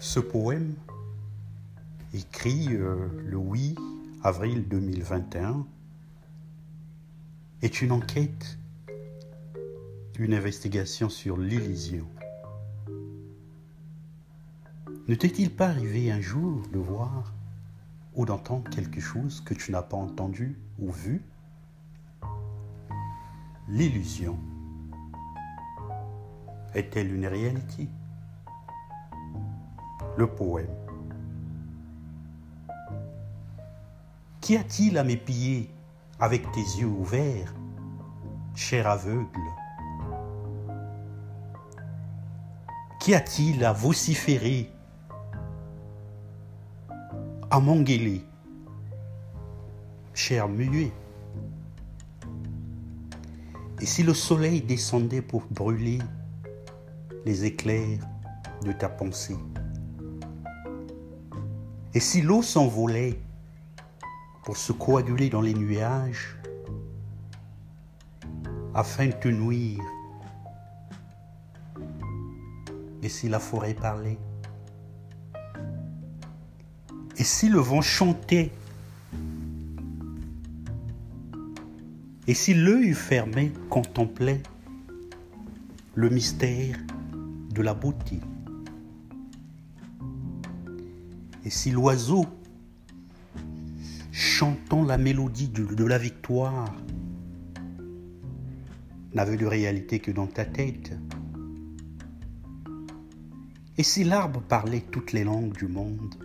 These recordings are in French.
Ce poème, écrit le 8 avril 2021, est une enquête, une investigation sur l'illusion. Ne t'est-il pas arrivé un jour de voir ou d'entendre quelque chose que tu n'as pas entendu ou vu? L'illusion est-elle une réalité? Le poème. Qu'y a-t-il à m'épier avec tes yeux ouverts, cher aveugle? Qu'y a-t-il à vociférer, à m'engueuler, cher muet? Et si le soleil descendait pour brûler les éclairs de ta pensée? Et si l'eau s'envolait pour se coaguler dans les nuages afin de te nuire? Et si la forêt parlait? Et si le vent chantait? Et si l'œil fermé contemplait le mystère de la beauté? Et si l'oiseau, chantant la mélodie de la victoire, n'avait de réalité que dans ta tête? Et si l'arbre parlait toutes les langues du monde?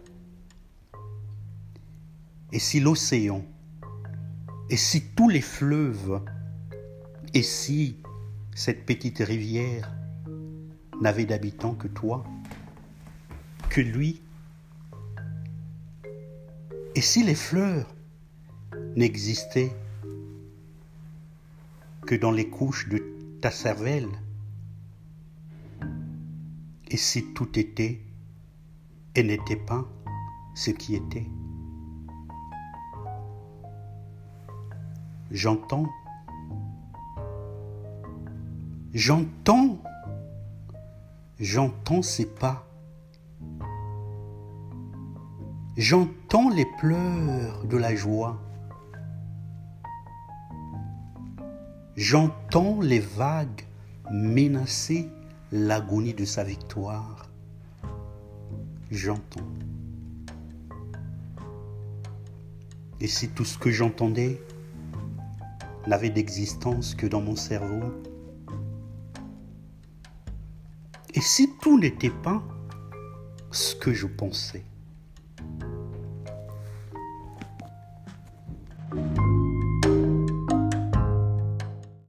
Et si l'océan, et si tous les fleuves, et si cette petite rivière n'avait d'habitants que toi, que lui? Et si les fleurs n'existaient que dans les couches de ta cervelle? Et si tout était et n'était pas ce qui était? J'entends ces pas. J'entends les pleurs de la joie. J'entends les vagues menacer l'agonie de sa victoire. J'entends. Et si tout ce que j'entendais n'avait d'existence que dans mon cerveau? Et si tout n'était pas ce que je pensais?